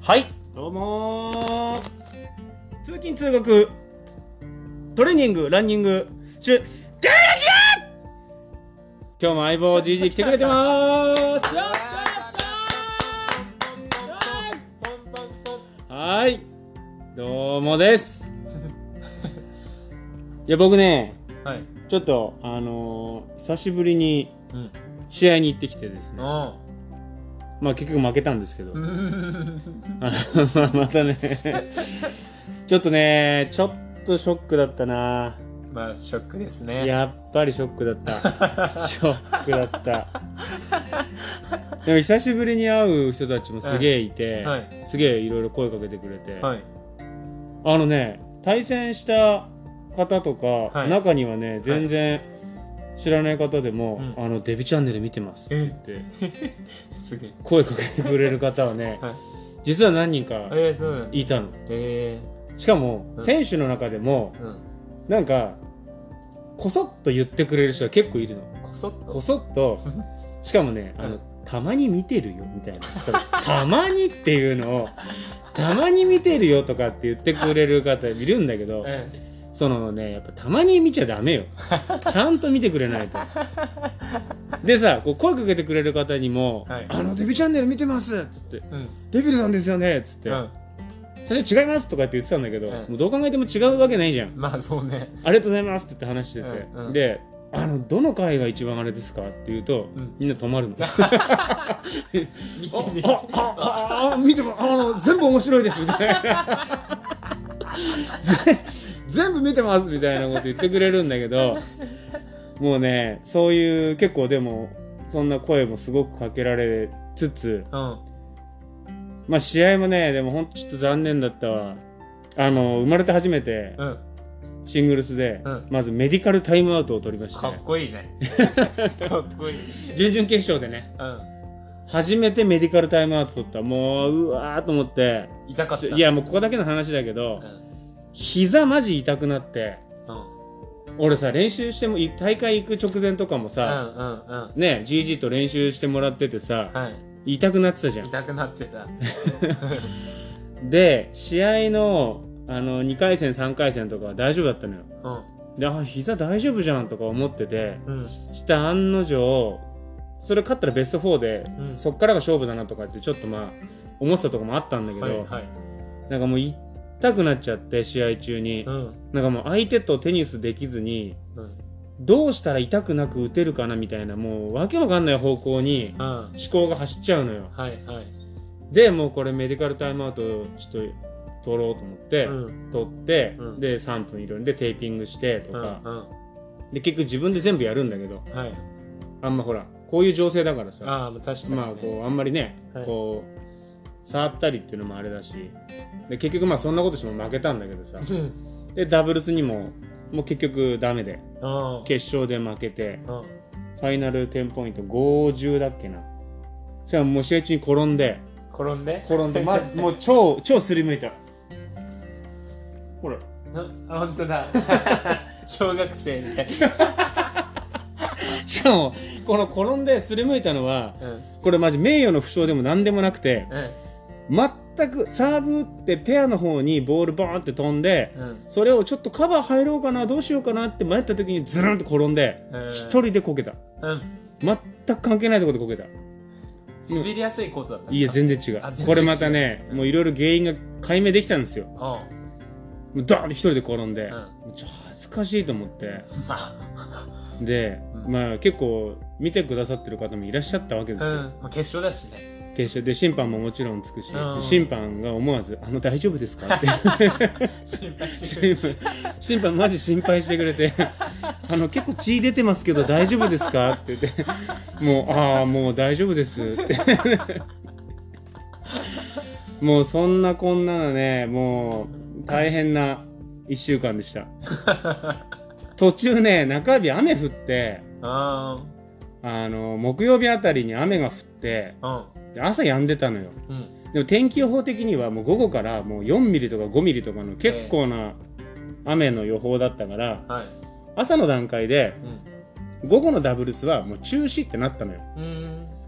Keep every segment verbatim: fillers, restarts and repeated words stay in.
はい、どうもー。通勤通学トレーニングランニング中ジャージャー。今日も相棒 ジージー 来てくれてまーす。はい、どうもです。いや僕ね、はい、ちょっとあのー、久しぶりに試合に行ってきてですね、うん、まあ結局負けたんですけどまたねちょっとねちょっとショックだったな。 まあショックですね。 やっぱりショックだったショックだったでも久しぶりに会う人たちもすげえいて、はい、すげえいろいろ声かけてくれて、はい、あのね対戦した方とか、はい、中にはね全然知らない方でも、はい、あのデビチャンネル見てますって言ってすげえ声かけてくれる方はね、はい、実は何人かいたの、えー、しかも、うん、選手の中でも、うん、なんかこそっと言ってくれる人が結構いるの。 こそっとこそっとしかもね、うん、あのたまに見てるよみたいなたまにっていうのをたまに見てるよとかって言ってくれる方いるんだけど、ええそのね、やっぱたまに見ちゃダメよちゃんと見てくれないとでさ、こう声かけてくれる方にも、はい、あのデビチャンネル見てますっつって、うん、デビルさんですよねっつって、うん、最初違いますとかって言ってたんだけど、うん、もうどう考えても違うわけないじゃん。 まあそうね、 ありがとうございますって言って話してて、うんうん、で、あのどの回が一番あれですかって言うと、うん、みんな止まるのあああ見てもあの全部面白いですみたいな全部見てますみたいなこと言ってくれるんだけどもうねそういう結構でもそんな声もすごくかけられつつ、うん、まあ試合もねでもほんとちょっと残念だったわ。あの生まれて初めて、うん、シングルスで、うん、まずメディカルタイムアウトを取りました。 かっこいいねかっこいい準々決勝でね、うん、初めてメディカルタイムアウト取った。もううわーと思って痛かった。 いやもうここだけの話だけど、うん膝マジ痛くなって、うん、俺さ練習しても大会行く直前とかもさ、うんうんうん、ね ジージー と練習してもらっててさ、はい、痛くなってたじゃん。 痛くなってたで試合の、あのにかい戦さんかい戦とかは大丈夫だったのよ、うん、であ膝大丈夫じゃんとか思ってて、うん、した案の定それ勝ったらベストフォーで、うん、そっからが勝負だなとかってちょっとまあ思ってたとこもあったんだけど、はいはい、なんかもう痛くなっちゃって試合中に、うん、なんかもう相手とテニスできずに、うん、どうしたら痛くなく打てるかなみたいなもうわけわかんない方向に思考が走っちゃうのよ、うんはいはい、でもうこれメディカルタイムアウトちょっと取ろうと思って、うん、取って、うん、でさんぷんいるんでテーピングしてとか、うんうん、で結局自分で全部やるんだけど、はい、あんまほらこういう情勢だからさあ、まあ、確かにね、 まあこうあんまりね、はい、こう触ったりっていうのもあれだしで結局まあそんなことしても負けたんだけどさでダブルスにももう結局ダメで決勝で負けてファイナルテンポイントごじゅうだっけな。そしたらもう試合中に転んで転んで転んで、ま、もう超超すりむいた。ほらあ本当だ小学生みたいなしかもこの転んですりむいたのは、うん、これマジ名誉の負傷でも何でもなくて、うん、全くサーブってペアの方にボールボーンって飛んで、うん、それをちょっとカバー入ろうかなどうしようかなって迷った時にズルンと転んで一人でこけた、うん、全く関係ないところでこけた。 滑りやすいコートだったんですか？ いや全然違う。全然違う。これまたね、うん、もういろいろ原因が解明できたんですよ。もうダーンって一人で転んで、うん、ちょ恥ずかしいと思ってで、うん、まあ結構見てくださってる方もいらっしゃったわけですよ、うんまあ、決勝だしね。 決勝で審判ももちろんつくし、うん、審判が思わず「あの大丈夫ですか?」って心配してくれて審判マジ心配してくれてあの結構血出てますけど大丈夫ですかって言ってもうああもう大丈夫ですってもうそんなこんなのねもう大変ないっしゅうかんでした途中ね中日雨降ってああの木曜日あたりに雨が降って、うん朝止んでたのよ、うん、でも天気予報的にはもう午後からもうよんミリとかごミリとかの結構な雨の予報だったから、はい、朝の段階で、うん、午後のダブルスはもう中止ってなったのよ。うん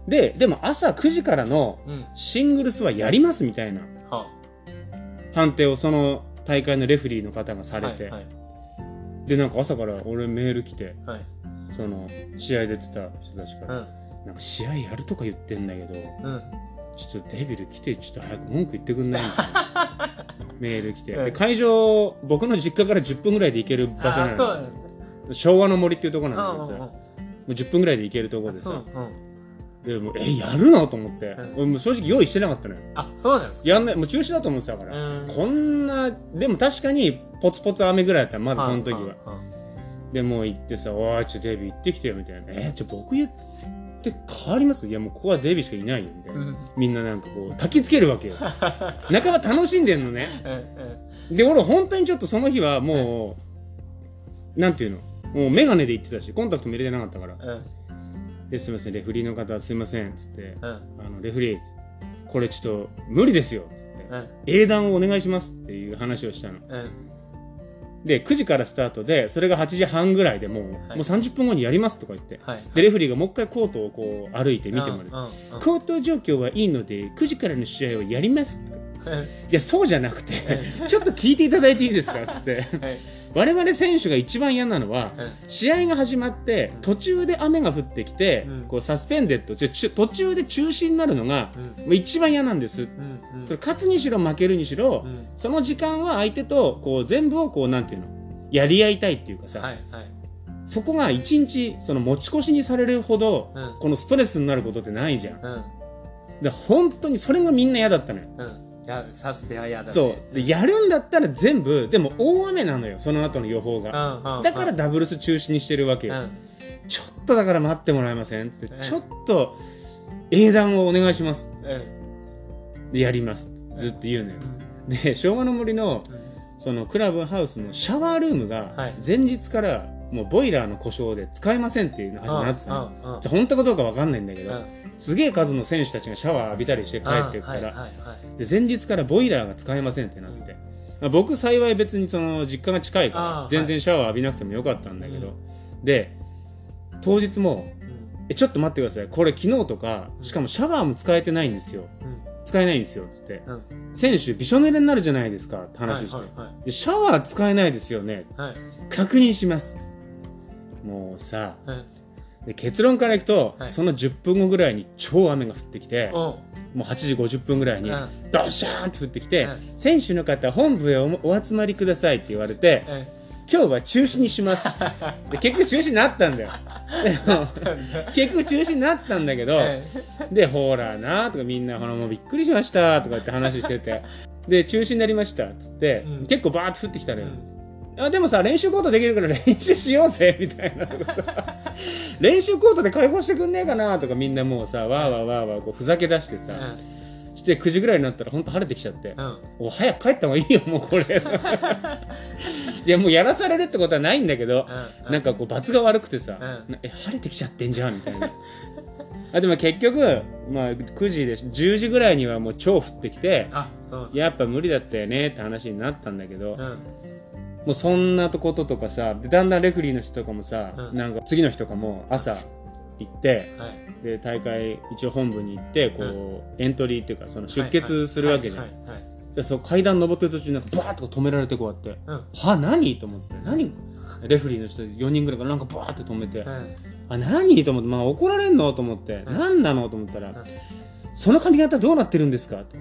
ででも朝くじからのシングルスはやりますみたいな判定をその大会のレフェリーの方がされて、はいはい、でなんか朝から俺メール来て、はい、その試合出てた人たちから、うん、なんか試合やるとか言ってんだけど、うん、ちょっとデビル来てちょっと早く文句言ってくんないみたいなメール来て、うん、で会場僕の実家からじゅっぷんぐらいで行ける場所なの、ね、昭和の森っていうところなんだけどさ、もうじゅっぷんぐらいで行けるところでさ、でもえやるのと思って、うん、俺も正直用意してなかったのよ。 あ、そうなんですか。 やんない、もう中止だと思ってたから、うん、こんなでも確かにポツポツ雨ぐらいだったらまだその時は、はんはんはんでもう行ってさ、おいちょデビー行ってきてよみたいな、えー、ちょ僕言って変わります？いやもうここはデビーしかいないよみたいな、うん、みんななんかこう焚きつけるわけよ仲間楽しんでんのねで俺本当にちょっとその日はもうなんていうの、もうメガネで行ってたしコンタクトも入れてなかったから、うんですみませんレフリーの方すいませんっつって、うん、あのレフリーこれちょっと無理ですよっつって、うん、英断をお願いしますっていう話をしたの、うん、でくじからスタートでそれがはちじはんぐらいでもう、はい、もうさんじゅっぷんごにやりますとか言って、はい、でレフリーがもう一回コートをこう歩いて見てもらって、うんうん、コート状況はいいのでくじからの試合をやりますとかいやそうじゃなくてちょっと聞いていただいていいですかっつって、はい、我々選手が一番嫌なのは、はい、試合が始まって途中で雨が降ってきて、うん、こうサスペンデッド途中で中止になるのが、うん、もう一番嫌なんです、うんうん、それ勝つにしろ負けるにしろ、うん、その時間は相手とこう全部をこうなんていうのやり合いたいっていうかさ、はいはい、そこが一日その持ち越しにされるほど、うん、このストレスになることってないじゃん、うん、で本当にそれがみんな嫌だったのよ、うんやサスペは嫌だね。 そうでやるんだったら全部でも大雨なのよその後の予報が、うんうん、だからダブルス中止にしてるわけよ、うん、ちょっとだから待ってもらえませんつって、うん、ちょっと英断をお願いします、うん、でやりますずっと言うのよ、うん、で昭和の森の、うん、そのクラブハウスのシャワールームが前日からもうボイラーの故障で使えませんっていう話になってたの、うんうんうん、じゃ本当かどうか分かんないんだけど、うんすげえ数の選手たちがシャワー浴びたりして帰ってくから、はいはいはい、で前日からボイラーが使えませんってなって、うん、僕幸い別にその実家が近いから全然シャワー浴びなくてもよかったんだけど、はい、で当日も、うん、えちょっと待ってくださいこれ昨日とかしかもシャワーも使えてないんですよ、うん、使えないんですよつって、うん、選手びしょ濡れになるじゃないですかって話して、はいはいはい、でシャワー使えないですよね、はい、確認しますもうさ、はいで結論からいくと、はい、そのじゅっぷんごぐらいに超雨が降ってきて、もうはちじごじゅっぷんぐらいに、うん、ドシャーンって降ってきて、うん、選手の方本部へ お, お集まりくださいって言われて、うん、今日は中止にしますで結局中止になったんだよでも結局中止になったんだけどでほらなとかみんなほらもうびっくりしましたとかって話しててで中止になりましたっつって、うん、結構バーッと降ってきたのよ、うんあでもさ練習コートできるから練習しようぜみたいなとかさ練習コートで解放してくんねえかなとかみんなもうさわーわーわーわーこうふざけ出してさ、うん、してくじぐらいになったらほんと晴れてきちゃって、うん、お早く帰った方がいいよもうこれいやもうやらされるってことはないんだけど、うん、なんかこう罰が悪くてさ、うん、え晴れてきちゃってんじゃんみたいなあでも結局、まあ、くじでじゅうじぐらいにはもう超降ってきてあそうやっぱ無理だったよねって話になったんだけど、うんもうそんなこととかさでだんだんレフェリーの人とかもさ、うん、なんか次の日とかも朝行って、はい、で大会一応本部に行ってこう、うん、エントリーっていうかその出血するわけじゃん、はいはいはいはい、でそう階段登ってる途中になんかバーッと止められてこうやって、うん、は何と思って何レフェリーの人よにんぐらいからなんかバーッと止めて、うん、あ何と思って、まあ、怒られんのと思って、うん、何なのと思ったら、うん、その髪型どうなってるんですかと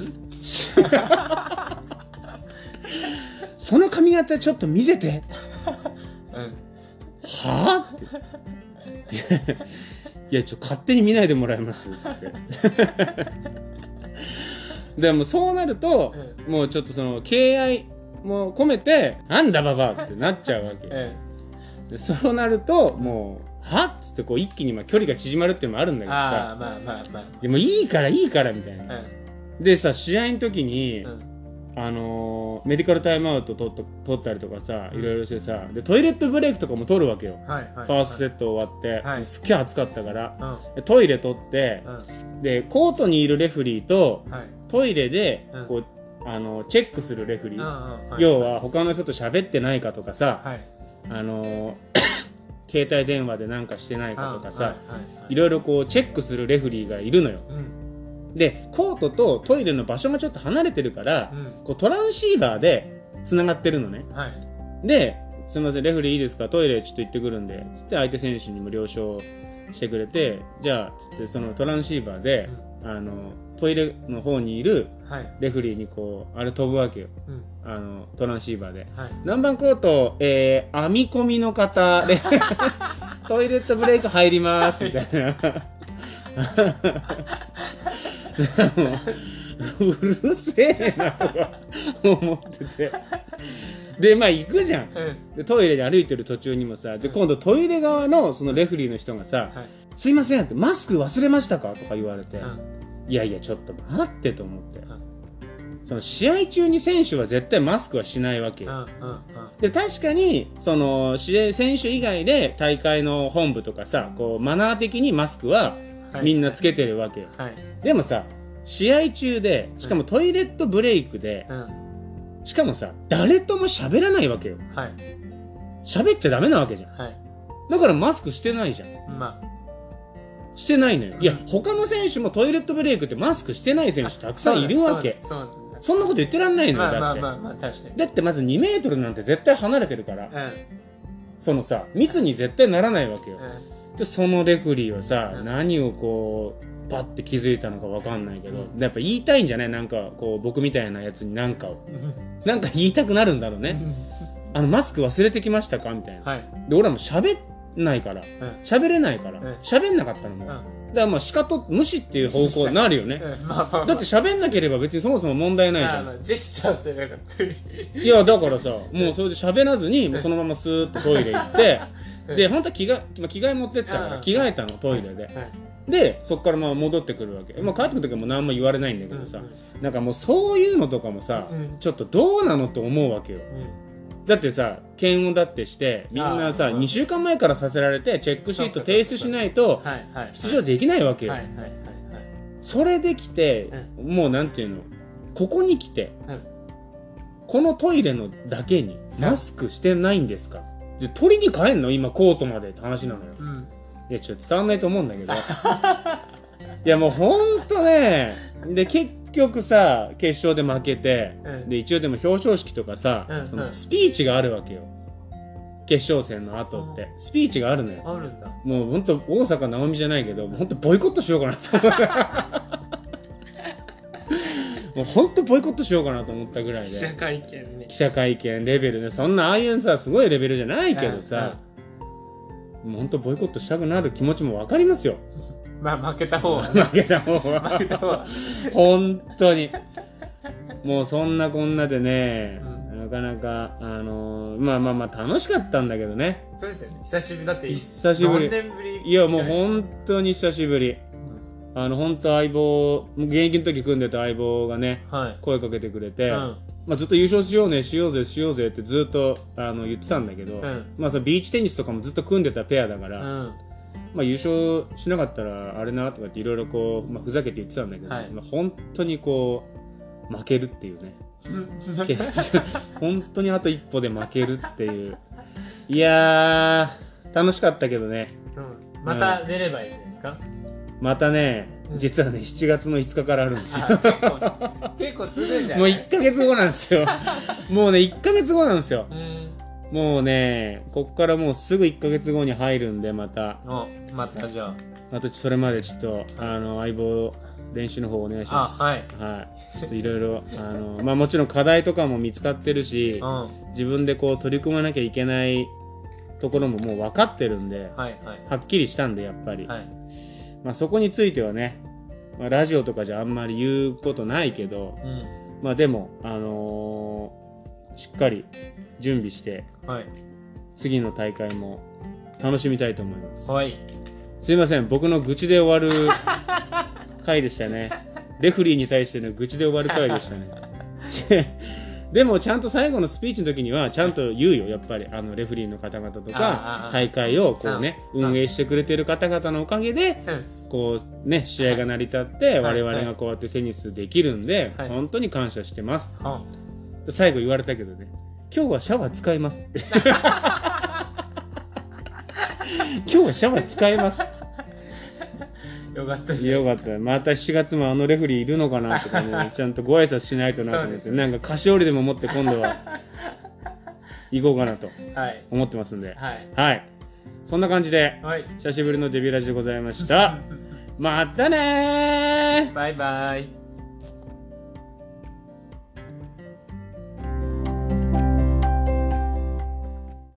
その髪型ちょっと見せて、うん、はぁっていやちょっと勝手に見ないでもらえますつってでもそうなると、うん、もうちょっとその敬愛も込めてなんだババアってなっちゃうわけ、うん、でそうなるともうはっつってこう一気にまあ距離が縮まるっていうのもあるんだけどさあ、まあまあまあ、でもいいからいいからみたいな、うん、でさ試合の時に、うんあのー、メディカルタイムアウト取っ取ったりとかさ、うん、いろいろしてさでトイレットブレイクとかも取るわけよ、はいはいはい、ファーストセット終わって、はい、すっげえ暑かったから、うん、トイレ取って、うん、でコートにいるレフリーと、はい、トイレでこう、うん、あのチェックするレフリー、うんうんはい、要は他の人と喋ってないかとかさ、はい、あのー、 携帯電話でなんかしてないかとかさ、いろいろこうチェックするレフリーがいるのよ、うん、でコートとトイレの場所もちょっと離れてるから、うん、こうトランシーバーでつながってるのね、はい、ですみませんレフリーいいですかトイレちょっと行ってくるんでつって相手選手にも了承してくれて、じゃあつってそのトランシーバーで、うん、あのトイレの方にいるレフリーにこうあれ飛ぶわけよ、うん、あのトランシーバーで、はい、何番コート、えー、編み込みの方でトイレットブレイク入りますみたいなうるせえなとか思っててでまあ行くじゃん、うん、でトイレで歩いてる途中にもさで今度トイレ側のそのレフリーの人がさ、はい、すいませんってマスク忘れましたかとか言われて、うん、いやいやちょっと待ってと思って、うん、その試合中に選手は絶対マスクはしないわけよ、うんうんうん、で確かにその試合選手以外で大会の本部とかさこうマナー的にマスクはみんなつけてるわけよ、はいはい、でもさ試合中でしかもトイレットブレイクで、うん、しかもさ誰とも喋らないわけよ、はい、喋っちゃダメなわけじゃん、はい、だからマスクしてないじゃん、まあ、してないのよ、うん、いや他の選手もトイレットブレイクってマスクしてない選手たくさんいるわけ。 そ, うそ, そんなこと言ってらんないのよ、だって、まあまあまあまあ、確かにだってまずにメートルなんて絶対離れてるから、うん、そのさ密に絶対ならないわけよ、うん、でそのレフリーはさ、うん、何をこうパッて気づいたのか分かんないけど、うん、やっぱ言いたいんじゃないなんかこう僕みたいなやつに何かをなんか言いたくなるんだろうねあのマスク忘れてきましたかみたいな、はい、で俺はもう喋んないから喋、うん、れないから喋、うん、んなかったのも、うん、だからまあしかと無視っていう方向になるよね、うんまあまあまあ、だって喋んなければ別にそもそも問題ないじゃん、まあまあ、 ジェスチャーすればよかったいやだからさもうそれで喋らずにもうそのままスーッとトイレ行ってで本当は着替え、着替え持ってってたから着替えたのトイレで、はいはいでそこからまあ戻ってくるわけ、まあ、帰ってくる時はもう何も言われないんだけどさ、うんうん、なんかもうそういうのとかもさ、うん、ちょっとどうなのと思うわけよ、うん、だってさ検温だってしてみんなさにしゅうかんまえからさせられてチェックシート提出しないと出場できないわけよ。それできて、うん、もうなんていうのここに来て、うん、このトイレのだけにマスクしてないんですか、うん、取りに帰んの今コートまでって話なのよ、うんいやちょっと伝わんないと思うんだけどいやもうほんとねで結局さ決勝で負けて、うん、で一応でも表彰式とかさ、うん、そのスピーチがあるわけよ決勝戦の後って、うん、スピーチがあるのよ。 あるんだ。 もうほんと大坂なおみじゃないけどほんとボイコットしようかなと思ってもうほんとボイコットしようかなと思ったぐらいで記者会見ね記者会見レベルでそんなああいうさすごいレベルじゃないけどさ、うんうんもう本当ボイコットしたくなる気持ちも分かりますよ。 まあ負けた方は、ね、 負けた方は負けた方は本当にもうそんなこんなでね、うん、なかなかあのー、まあまあまあ楽しかったんだけどね。 そうですよね久しぶりだって久しぶり何年ぶりいやもう本当に久しぶり、うん、あの本当相棒現役の時組んでた相棒がね、はい、声かけてくれて、うんまあ、ずっと優勝しようねしようぜしようぜってずっとあの言ってたんだけど、うんまあ、そのビーチテニスとかもずっと組んでたペアだから、うんまあ、優勝しなかったらあれなとかっていろいろこう、まあ、ふざけて言ってたんだけど、はいまあ、本当にこう負けるっていうね本当にあと一歩で負けるっていういやー楽しかったけどね、 うん、また出ればいいですか、 うん、またね実はねしちがつのいつかからあるんですよ結構結構すぐじゃんもういっかげつごなんですよもうねいっかげつごなんですよ、うん、もうねこっからもうすぐいっかげつごに入るんでまたおまたじゃあまたそれまでちょっとあの相棒練習の方お願いします。 はい、 はい、ちょっといろいろあのまあもちろん課題とかも見つかってるし、うん、自分でこう取り組まなきゃいけないところももう分かってるんで、はいはい、はっきりしたんでやっぱり、はいまあ、そこについてはね、まあ、ラジオとかじゃあんまり言うことないけど、うん、まあでも、あのー、しっかり準備して、はい、次の大会も楽しみたいと思います、はい、すいません僕の愚痴で終わる回でしたねレフリーに対しての愚痴で終わる回でしたねでもちゃんと最後のスピーチの時にはちゃんと言うよやっぱりあのレフリーの方々とか大会をこうね運営してくれてる方々のおかげでこうね試合が成り立って我々がこうやってテニスできるんで本当に感謝してます最後言われたけどね今日はシャワー使いますって今日はシャワー使えます。 よかったし。 よかった。またしちがつもあのレフリーいるのかなとかね、ちゃんとご挨拶しないとなと思って、ね、なんか菓子折りでも持って今度は行こうかなと思ってますんで、はい。はい。そんな感じで、はい、久しぶりのデビューラジでございました。またねー。 バイバイ。